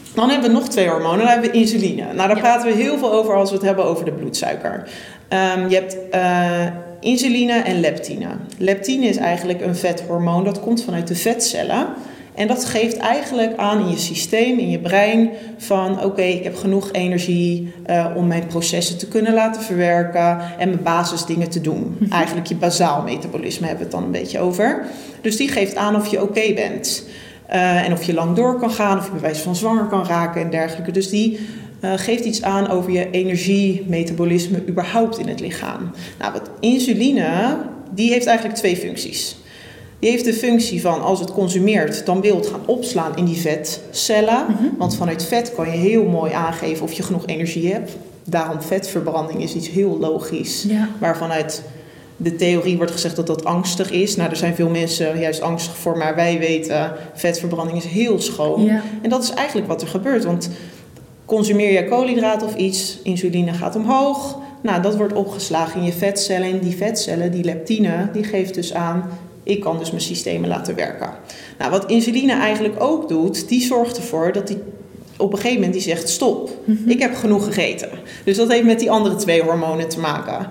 Dan hebben we nog twee hormonen. Dan hebben we insuline. Nou, daar Ja. praten we heel veel over als we het hebben over de bloedsuiker. Um, je hebt uh, insuline en leptine. Leptine is eigenlijk een vethormoon. Dat komt vanuit de vetcellen. En dat geeft eigenlijk aan in je systeem, in je brein, van oké, okay, ik heb genoeg energie uh, om mijn processen te kunnen laten verwerken en mijn basisdingen te doen. Mm-hmm. Eigenlijk je bazaal metabolisme hebben we het dan een beetje over. Dus die geeft aan of je oké okay bent. Uh, en of je lang door kan gaan, of je bij wijze van zwanger kan raken en dergelijke. Dus die uh, geeft iets aan over je energiemetabolisme überhaupt in het lichaam. Nou, wat insuline, die heeft eigenlijk twee functies. Die heeft de functie van als het consumeert, dan wil het gaan opslaan in die vetcellen. Mm-hmm. Want vanuit vet kan je heel mooi aangeven of je genoeg energie hebt. Daarom vetverbranding is iets heel logisch. Ja. Waarvan uit de theorie wordt gezegd dat dat angstig is. Nou, er zijn veel mensen juist angstig voor, maar wij weten, vetverbranding is heel schoon. Ja. En dat is eigenlijk wat er gebeurt. Want consumeer je koolhydraten of iets, insuline gaat omhoog. Nou, dat wordt opgeslagen in je vetcellen. En die vetcellen, die leptine, die geeft dus aan, ik kan dus mijn systemen laten werken. Nou, wat insuline eigenlijk ook doet, die zorgt ervoor dat die op een gegeven moment die zegt stop. Mm-hmm. Ik heb genoeg gegeten. Dus dat heeft met die andere twee hormonen te maken.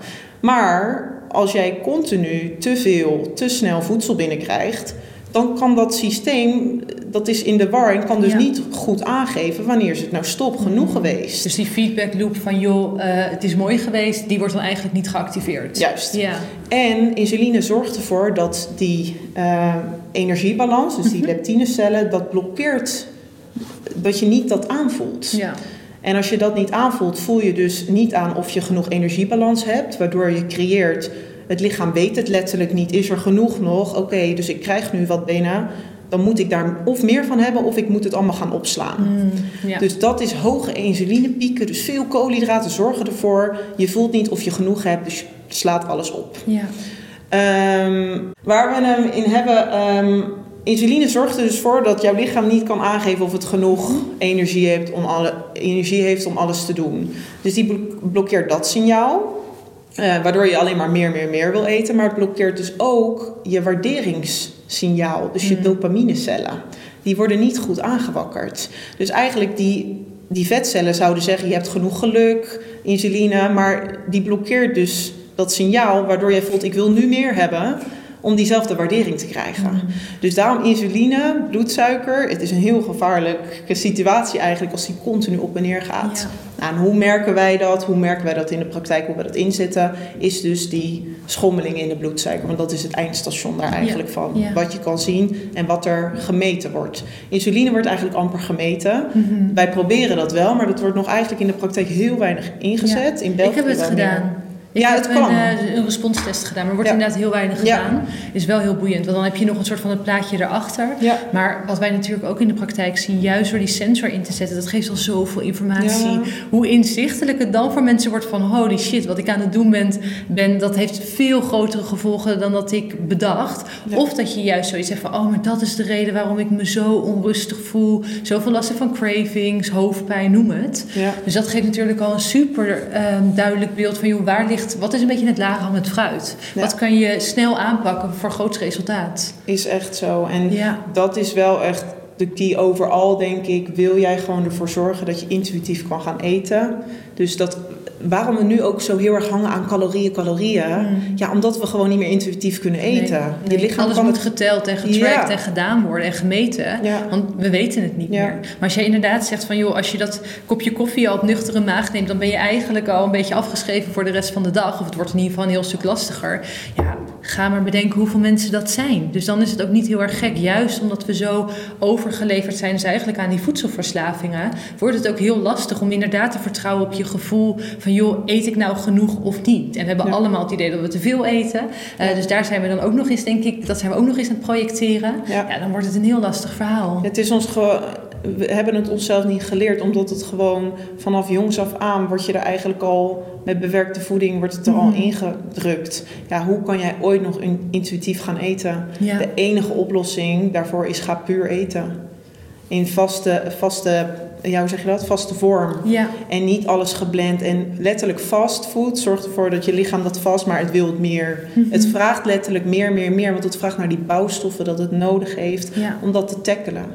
Maar als jij continu te veel, te snel voedsel binnenkrijgt, dan kan dat systeem, dat is in de war en kan dus ja. niet goed aangeven wanneer is het nou stop, genoeg geweest. Dus die feedback loop van joh, uh, het is mooi geweest, die wordt dan eigenlijk niet geactiveerd. Juist. Ja. En insuline zorgt ervoor dat die uh, energiebalans, dus die mm-hmm. leptinecellen, dat blokkeert, dat je niet dat aanvoelt. Ja. En als je dat niet aanvoelt, voel je dus niet aan of je genoeg energiebalans hebt, waardoor je creëert, het lichaam weet het letterlijk niet, is er genoeg nog? Oké, okay, dus ik krijg nu wat binnen, dan moet ik daar of meer van hebben of ik moet het allemaal gaan opslaan. Mm, ja. Dus dat is hoge insulinepieken, dus veel koolhydraten zorgen ervoor. Je voelt niet of je genoeg hebt, dus je slaat alles op. Ja. Um, waar we hem in hebben, um, insuline zorgt er dus voor dat jouw lichaam niet kan aangeven of het genoeg energie heeft om, alle, energie heeft om alles te doen. Dus die blokkeert dat signaal. Uh, waardoor je alleen maar meer, meer, meer wil eten. Maar het blokkeert dus ook je waarderingssignaal. Dus je mm. dopaminecellen. Die worden niet goed aangewakkerd. Dus eigenlijk die, die vetcellen zouden zeggen, je hebt genoeg geluk, insuline. Maar die blokkeert dus dat signaal waardoor je voelt, ik wil nu meer hebben, om diezelfde waardering te krijgen. Mm. Dus daarom insuline, bloedsuiker, het is een heel gevaarlijke situatie eigenlijk als die continu op en neer gaat. Ja. Nou, en hoe merken wij dat? Hoe merken wij dat in de praktijk, hoe we dat inzetten? Is dus die schommeling in de bloedsuiker. Want dat is het eindstation daar eigenlijk ja. van. Ja. Wat je kan zien en wat er gemeten wordt. Insuline wordt eigenlijk amper gemeten. Mm-hmm. Wij proberen dat wel, maar dat wordt nog eigenlijk in de praktijk heel weinig ingezet. Ja. In België Ik heb het gedaan. Meer. Ik ja, heb het kan. Een, een responstest gedaan, maar er wordt ja. inderdaad heel weinig gedaan. Ja. Is wel heel boeiend, want dan heb je nog een soort van het plaatje erachter. Ja. Maar wat wij natuurlijk ook in de praktijk zien, juist door die sensor in te zetten, dat geeft al zoveel informatie. Ja. Hoe inzichtelijk het dan voor mensen wordt van holy shit, wat ik aan het doen ben, ben dat heeft veel grotere gevolgen dan dat ik bedacht. Ja. Of dat je juist zoiets zegt van, oh, maar dat is de reden waarom ik me zo onrustig voel. Zoveel last van cravings, hoofdpijn, noem het. Ja. Dus dat geeft natuurlijk al een super um, duidelijk beeld van, joh, waar ligt, wat is een beetje het laaghangend fruit? Ja. Wat kan je snel aanpakken voor groot resultaat? Is echt zo. En ja. dat is wel echt de key overal, denk ik. Wil jij gewoon ervoor zorgen dat je intuïtief kan gaan eten? Dus dat, waarom we nu ook zo heel erg hangen aan calorieën, calorieën. Mm. Ja, omdat we gewoon niet meer intuïtief kunnen eten. Nee, nee. Je lichaam Alles kan moet het geteld en getrackt ja. en gedaan worden en gemeten. Ja. Want we weten het niet ja. meer. Maar als je inderdaad zegt van, joh, als je dat kopje koffie al op nuchtere maag neemt, dan ben je eigenlijk al een beetje afgeschreven voor de rest van de dag. Of het wordt in ieder geval een heel stuk lastiger. Ja, ga maar bedenken hoeveel mensen dat zijn. Dus dan is het ook niet heel erg gek. Juist omdat we zo overgeleverd zijn, dus eigenlijk aan die voedselverslavingen, wordt het ook heel lastig om inderdaad te vertrouwen op je gevoel van, joh, eet ik nou genoeg of niet? En we hebben ja. allemaal het idee dat we te veel eten. Uh, dus daar zijn we dan ook nog eens, denk ik, dat zijn we ook nog eens aan het projecteren. Ja, ja dan wordt het een heel lastig verhaal. Het is ons gewoon, we hebben het onszelf niet geleerd, omdat het gewoon vanaf jongs af aan word je er eigenlijk al met bewerkte voeding wordt het er mm. al ingedrukt. Ja, hoe kan jij ooit nog in, intuïtief gaan eten? Ja. De enige oplossing daarvoor is ga puur eten. In vaste, vaste, ja, hoe zeg je dat? Vaste vorm. Ja. En niet alles geblend. En letterlijk fastfood zorgt ervoor dat je lichaam dat vast, maar het wil het meer. Mm-hmm. Het vraagt letterlijk meer, meer, meer. Want het vraagt naar die bouwstoffen dat het nodig heeft ja. om dat te tackelen.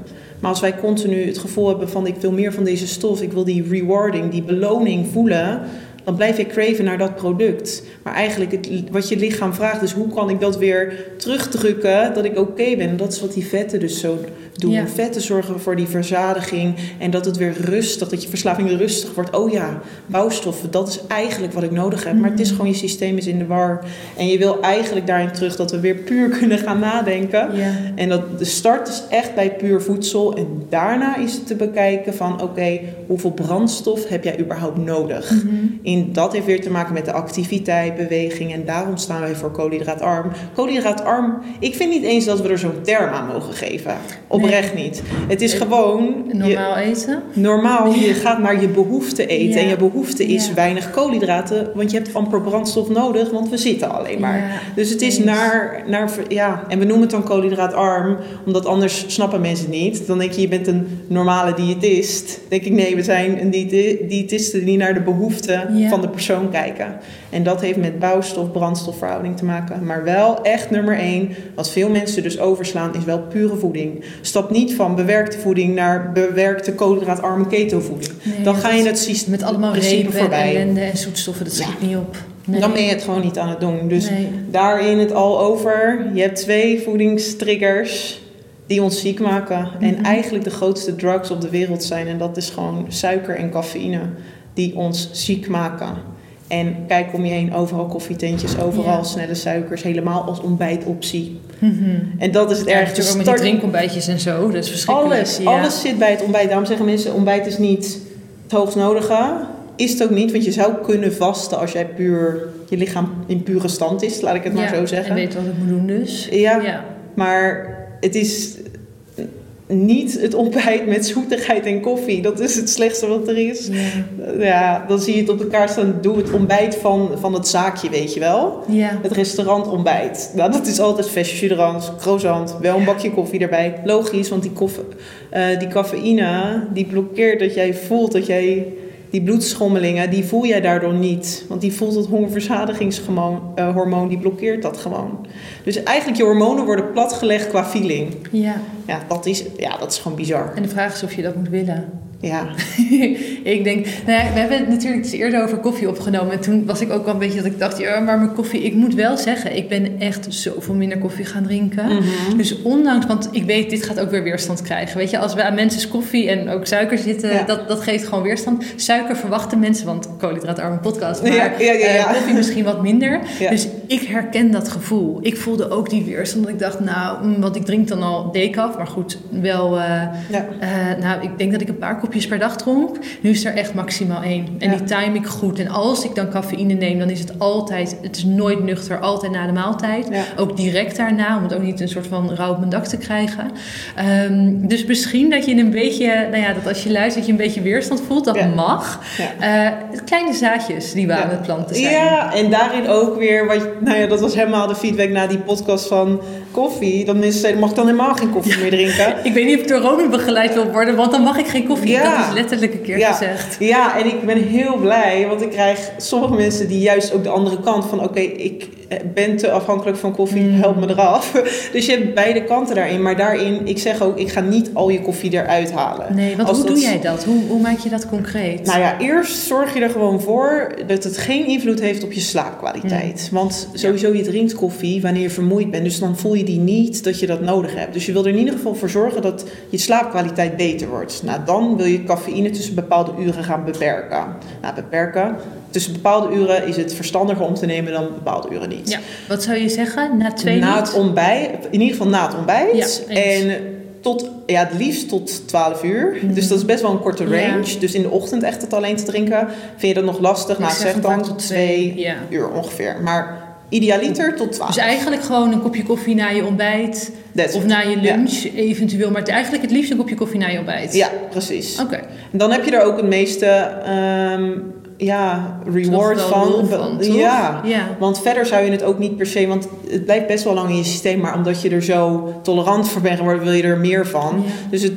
Maar als wij continu het gevoel hebben van ik wil meer van deze stof, ik wil die rewarding, die beloning voelen, dan blijf ik craven naar dat product. Maar eigenlijk het, wat je lichaam vraagt is hoe kan ik dat weer terugdrukken dat ik oké okay ben. En dat is wat die vetten dus zo doen. Ja. Vetten zorgen voor die verzadiging en dat het weer rustig, dat je verslaving rustig wordt. Oh ja, bouwstoffen, dat is eigenlijk wat ik nodig heb. Maar het is gewoon je systeem is in de war. En je wil eigenlijk daarin terug dat we weer puur kunnen gaan nadenken. Ja. En dat de start is echt bij puur voedsel. En daarna is het te bekijken van oké, okay, hoeveel brandstof heb jij überhaupt nodig? Mm-hmm. En dat heeft weer te maken met de activiteit, beweging. En daarom staan wij voor koolhydraatarm. Koolhydraatarm, ik vind niet eens dat we er zo'n term aan mogen geven. Oprecht nee. niet. Het is gewoon... Normaal je, eten? Normaal, je gaat naar je behoefte eten. Ja. En je behoefte is ja. weinig koolhydraten. Want je hebt amper brandstof nodig, want we zitten alleen maar. Ja, dus het is naar, naar... Ja, en we noemen het dan koolhydraatarm, omdat anders snappen mensen het niet. Dan denk je, je bent een normale diëtist. Dan denk ik, nee, we zijn een diëtiste die naar de behoeften ja. van de persoon kijken. En dat heeft met bouwstof-brandstofverhouding te maken. Maar wel echt nummer één, wat veel mensen dus overslaan, is wel pure voeding. Stap niet van bewerkte voeding naar bewerkte koolhydraatarme ketovoeding. Nee, dan ga je het systeem met allemaal repen voorbij. En ellende en zoetstoffen, dat schiet ja. niet op. Nee. Dan ben je het gewoon niet aan het doen. Dus nee. daarin het al over. Je hebt twee voedingstriggers die ons ziek maken. Mm-hmm. En eigenlijk de grootste drugs op de wereld zijn. En dat is gewoon suiker en cafeïne die ons ziek maken. En kijk om je heen, overal koffietentjes, overal ja. snelle suikers, helemaal als ontbijtoptie. Mm-hmm. En dat is het ja, ergste. Natuurlijk ook met die drinkontbijtjes en zo, dat is verschrikkelijk. Alles, ja. alles zit bij het ontbijt. Daarom zeggen mensen, ontbijt is niet het hoogst nodige. Is het ook niet, want je zou kunnen vasten als jij puur, je lichaam in pure stand is, laat ik het maar ja, zo zeggen. En weet wat ik moet doen dus. Ja, ja, maar het is niet het ontbijt met zoetigheid en koffie. Dat is het slechtste wat er is. Ja, ja dan zie je het op de kaart staan. Doe het ontbijt van, van het zaakje, weet je wel. Ja. Het restaurant ontbijt. Nou, dat is altijd vestje jus d'orange, croissant, wel een bakje koffie erbij. Logisch, want die, koff, uh, die cafeïne, die blokkeert dat jij voelt dat jij... Die bloedschommelingen, die voel jij daardoor niet. Want die voelt het hongerverzadigingshormoon, die blokkeert dat gewoon. Dus eigenlijk je hormonen worden platgelegd qua feeling. Ja. Ja, dat is, ja, dat is gewoon bizar. En de vraag is of je dat moet willen. Ja. ik denk, nou ja, we hebben het natuurlijk eerder over koffie opgenomen. En toen was ik ook wel een beetje dat ik dacht, ja, maar mijn koffie, ik moet wel zeggen, ik ben echt zoveel minder koffie gaan drinken. Mm-hmm. Dus ondanks, want ik weet, dit gaat ook weer weerstand krijgen. Weet je, als we aan mensen's koffie en ook suiker zitten, ja. dat, dat geeft gewoon weerstand. Suiker verwachten mensen, want koolhydraatarme podcast, maar ja, ja, ja, ja. Uh, koffie misschien wat minder. Ja. Dus ik herken dat gevoel. Ik voelde ook die weerstand, dat ik dacht, nou, mm, want ik drink dan al decaf, maar goed, wel, uh, ja. uh, nou, ik denk dat ik een paar kopjes per dag dronk. Nu is er echt maximaal één. En ja. die time ik goed. En als ik dan cafeïne neem, dan is het altijd, het is nooit nuchter, altijd na de maaltijd. Ja. Ook direct daarna, om het ook niet een soort van rauw op mijn dak te krijgen. Um, dus misschien dat je een beetje, nou ja, dat als je luistert, dat je een beetje weerstand voelt, dat ja. mag. Ja. Uh, kleine zaadjes die we ja. aan het planten zijn. Ja, en daarin ook weer, wat, nou ja, dat was helemaal de feedback na die podcast van koffie. Dan mensen zeiden, mag ik dan helemaal geen koffie ja. meer drinken? Ik weet niet of ik door Romy begeleid wil worden, want dan mag ik geen koffie. Ja. Dat is letterlijk een keer ja. gezegd. Ja, en ik ben heel blij, want ik krijg sommige mensen die juist ook de andere kant van, oké, okay, ik ben te afhankelijk van koffie, mm. help me eraf. Dus je hebt beide kanten daarin, maar daarin, ik zeg ook, ik ga niet al je koffie eruit halen. Nee, want Als hoe dat... doe jij dat? Hoe, hoe maak je dat concreet? Nou ja, eerst zorg je er gewoon voor dat het geen invloed heeft op je slaapkwaliteit. Mm. Want sowieso, je drinkt koffie wanneer je vermoeid bent, dus dan voel je die niet dat je dat nodig hebt. Dus je wil er in ieder geval voor zorgen dat je slaapkwaliteit beter wordt. Nou, dan wil je cafeïne tussen bepaalde uren gaan beperken. Nou, beperken. Tussen bepaalde uren is het verstandiger om te nemen dan bepaalde uren niet. Ja. Wat zou je zeggen? Na twee Na niet? het ontbijt. In ieder geval na het ontbijt. Ja, en tot, ja, het liefst tot twaalf uur. Mm. Dus dat is best wel een korte range. Ja. Dus in de ochtend echt het alleen te drinken. Vind je dat nog lastig? Nou, zeg dan tot twee ja. uur ongeveer. Maar idealiter tot twaalf. Dus eigenlijk gewoon een kopje koffie na je ontbijt. That's of it. Na je lunch ja. eventueel. Maar het, eigenlijk het liefst een kopje koffie na je ontbijt. Ja, precies. Oké. Okay. Dan heb je er ook het meeste... Um, ja, reward van. van ja. ja, want verder zou je het ook niet per se, want het blijft best wel lang in je systeem, maar omdat je er zo tolerant voor bent geworden, wil je er meer van. Ja. Dus het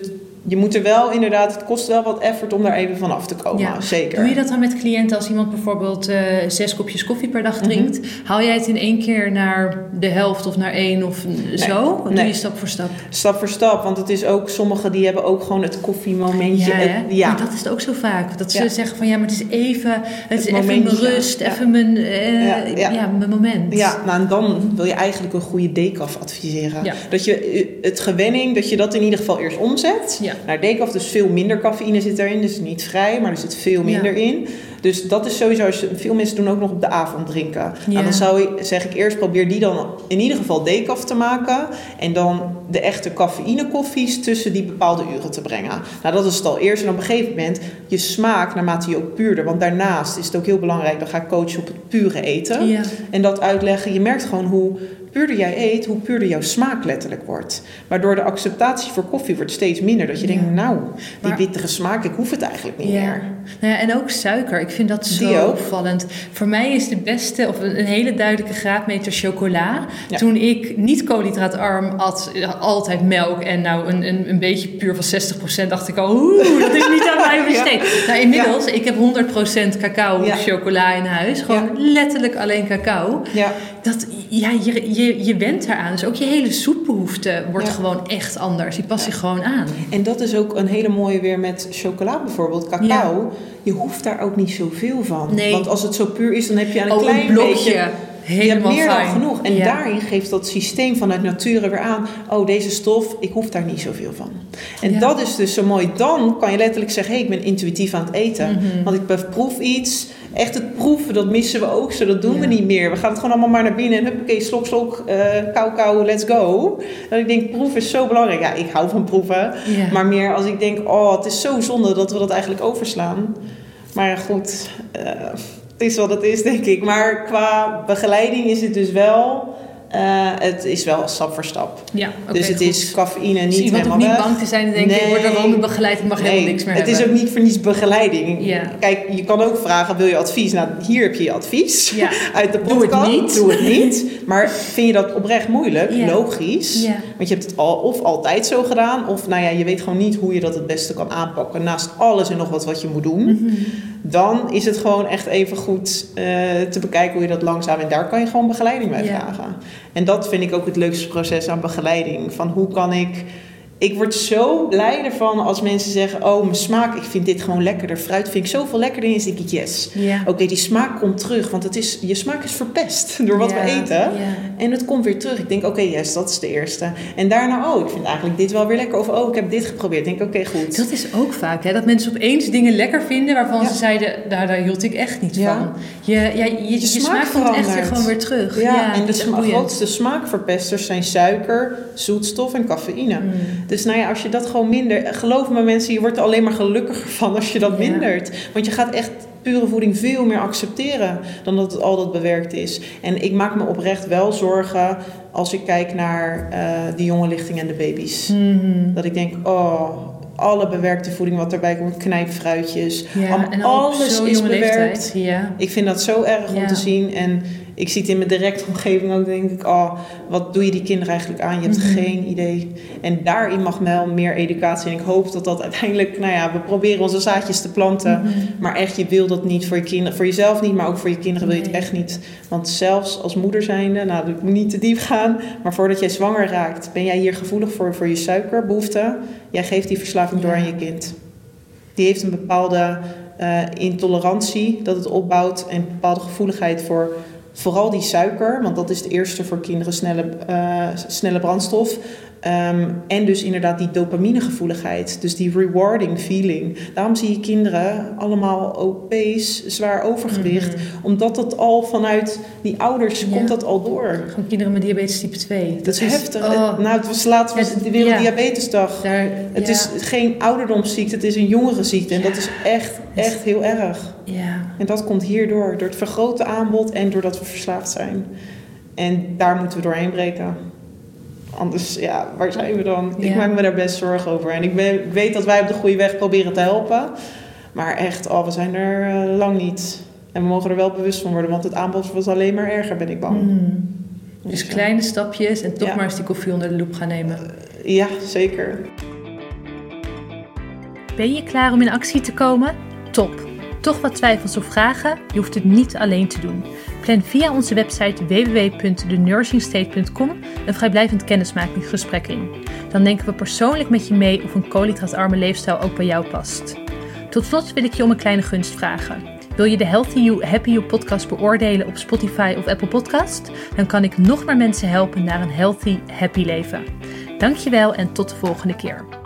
je moet er wel inderdaad, het kost wel wat effort om daar even vanaf te komen. Ja. Zeker. Doe je dat dan met cliënten als iemand bijvoorbeeld uh, zes kopjes koffie per dag drinkt? Mm-hmm. Haal jij het in één keer naar de helft of naar één of nee. zo? Of nee. doe je stap voor stap? Stap voor stap, want het is ook, sommigen die hebben ook gewoon het koffiemomentje. Ja, het, ja. Maar dat is het ook zo vaak. Dat ze ja. zeggen van ja, maar het is even, het, het is even momentje. mijn rust, Ja. even mijn, uh, ja, ja. ja, mijn moment. Ja, nou en dan wil je eigenlijk een goede decaf adviseren. Ja. Dat je het gewenning, dat je dat in ieder geval eerst omzet. Ja. Nou, decaf, dus veel minder cafeïne zit erin. Dus niet vrij, maar er zit veel minder ja. in. Dus dat is sowieso, veel mensen doen ook nog op de avond drinken. Ja. Nou, dan zou ik, zeg ik eerst, probeer die dan in ieder geval decaf te maken. En dan de echte cafeïne koffies tussen die bepaalde uren te brengen. Nou, dat is het al eerst. En op een gegeven moment, je smaak naarmate je ook puurder. Want daarnaast is het ook heel belangrijk, dan ga ik coachen op het pure eten. Ja. En dat uitleggen. Je merkt gewoon hoe puurder jij eet, hoe puurder jouw smaak letterlijk wordt. Waardoor de acceptatie voor koffie wordt steeds minder. Dat je ja. denkt, nou, die maar, bittere smaak, ik hoef het eigenlijk niet ja. meer. Nou ja, en ook suiker. Ik vind dat zo opvallend. Voor mij is de beste, of een hele duidelijke graadmeter chocola. Ja. Toen ik niet koolhydraatarm at, altijd melk en nou een, een, een beetje puur van zestig procent, dacht ik al, oeh, dat is niet aan mij besteed. Ja. Nou, inmiddels, ja. ik heb honderd procent cacao ja. chocola in huis. Gewoon ja. letterlijk alleen cacao. Ja. Dat, ja, je, je, je went eraan. Dus ook je hele zoetbehoefte wordt ja. gewoon echt anders. Die past ja. zich gewoon aan. En dat is ook een hele mooie weer met chocola bijvoorbeeld. Cacao. Ja. Je hoeft daar ook niet zoveel van. Nee. Want als het zo puur is, dan heb je aan een oh, klein een blokje. beetje... Helemaal je hebt meer fijn. dan genoeg. En ja. daarin geeft dat systeem vanuit nature weer aan. Oh, deze stof, ik hoef daar niet zoveel van. En ja. dat is dus zo mooi. Dan kan je letterlijk zeggen, hé, hey, ik ben intuïtief aan het eten. Mm-hmm. Want ik proef iets. Echt het proeven, dat missen we ook zo. Dat doen ja. we niet meer. We gaan het gewoon allemaal maar naar binnen. En huppakee, slok, slok, uh, kou, kou, let's go. Dat ik denk, proeven is zo belangrijk. Ja, ik hou van proeven. Ja. Maar meer als ik denk, oh, het is zo zonde dat we dat eigenlijk overslaan. Maar goed... Uh, Het is wat het is, denk ik. Maar qua begeleiding is het dus wel... Uh, het is wel stap voor stap. Ja, okay, dus het goed. is cafeïne niet dus iemand helemaal hoeft niet weg. bang te zijn en denken... Nee, ik word er wel begeleid, ik mag nee, helemaal niks meer het hebben. Het is ook niet voor niets begeleiding. Ja. Kijk, je kan ook vragen, wil je advies? Nou, hier heb je je advies. Ja. Uit de podcast. Doe het niet. Doe het niet. Maar vind je dat oprecht moeilijk? Ja. Logisch. Ja. Want je hebt het al of altijd zo gedaan... of nou ja, je weet gewoon niet hoe je dat het beste kan aanpakken. Naast alles en nog wat wat je moet doen... Mm-hmm. Dan is het gewoon echt even goed uh, te bekijken hoe je dat langzaam... en daar kan je gewoon begeleiding bij ja. vragen. En dat vind ik ook het leukste proces aan begeleiding. Van hoe kan ik... Ik word zo blij ervan als mensen zeggen... oh, mijn smaak, ik vind dit gewoon lekkerder. Fruit vind ik zoveel lekkerder. En dan denk ik, yes. Ja. Oké, okay, die smaak komt terug. Want het is, je smaak is verpest door wat ja. we eten. Ja. En het komt weer terug. Ik denk, oké, okay, yes, dat is de eerste. En daarna, oh, ik vind eigenlijk dit wel weer lekker. Of, oh, ik heb dit geprobeerd. Ik denk, oké, okay, goed. Dat is ook vaak, hè. Dat mensen opeens dingen lekker vinden... waarvan ja. ze zeiden, daar, daar hield ik echt niet ja. van. Je, ja, je, je, je smaak, smaak komt echt weer gewoon weer terug. Ja, ja en de sma- grootste smaakverpesters zijn suiker, zoetstof en cafeïne. Mm. Dus nou ja, als je dat gewoon minder... Geloof me mensen, je wordt er alleen maar gelukkiger van als je dat ja. mindert. Want je gaat echt pure voeding veel meer accepteren dan dat het al dat bewerkt is. En ik maak me oprecht wel zorgen als ik kijk naar uh, de jonge lichting en de baby's. Mm-hmm. Dat ik denk, oh... alle bewerkte voeding wat erbij komt, knijpfruitjes. Ja, en alles is bewerkt. Ja. Ik vind dat zo erg ja. om te zien. En ik zie het in mijn directe omgeving ook, denk ik, oh, wat doe je die kinderen eigenlijk aan? Je hebt mm-hmm. geen idee. En daarin mag wel meer educatie. En ik hoop dat dat uiteindelijk, nou ja, we proberen onze zaadjes te planten. Mm-hmm. Maar echt, je wil dat niet voor je kinderen, voor jezelf niet, maar ook voor je kinderen wil je het echt niet. Want zelfs als moeder zijnde, nou, ik moet niet te diep gaan, maar voordat jij zwanger raakt, ben jij hier gevoelig voor, voor je suikerbehoefte. Jij geeft die verslaving door ja. aan je kind. Die heeft een bepaalde uh, intolerantie dat het opbouwt en een bepaalde gevoeligheid voor vooral die suiker, want dat is het eerste voor kinderen snelle, uh, snelle brandstof. Um, en dus inderdaad die dopaminegevoeligheid. Dus die rewarding feeling. Daarom zie je kinderen allemaal obese, zwaar overgewicht. Mm-hmm. Omdat dat al vanuit die ouders ja. komt dat al door. Gewoon kinderen met diabetes type twee. Dat, dat is heftig. Oh. Nou, het was laatst was het de Werelddiabetesdag. Ja. Het ja. is geen ouderdomsziekte, het is een jongerenziekte. En ja. dat is echt, echt heel erg. Ja. En dat komt hierdoor. Door het vergrote aanbod en doordat we verslaafd zijn. En daar moeten we doorheen breken. Anders, ja, waar zijn we dan? Ja. Ik maak me daar best zorgen over. En ik, ben, ik weet dat wij op de goede weg proberen te helpen. Maar echt, oh, we zijn er uh, lang niet. En we mogen er wel bewust van worden. Want het aanbod was alleen maar erger, ben ik bang. Mm. Dus, dus kleine stapjes en toch ja. maar eens die koffie onder de loep gaan nemen. Uh, ja, zeker. Ben je klaar om in actie te komen? Top! Toch wat twijfels of vragen? Je hoeft het niet alleen te doen. Plan via onze website w w w punt the nursing state punt com een vrijblijvend kennismakingsgesprek in. Dan denken we persoonlijk met je mee of een koolhydraatarme leefstijl ook bij jou past. Tot slot wil ik je om een kleine gunst vragen. Wil je de Healthy You, Happy You podcast beoordelen op Spotify of Apple Podcast? Dan kan ik nog meer mensen helpen naar een healthy, happy leven. Dankjewel en tot de volgende keer.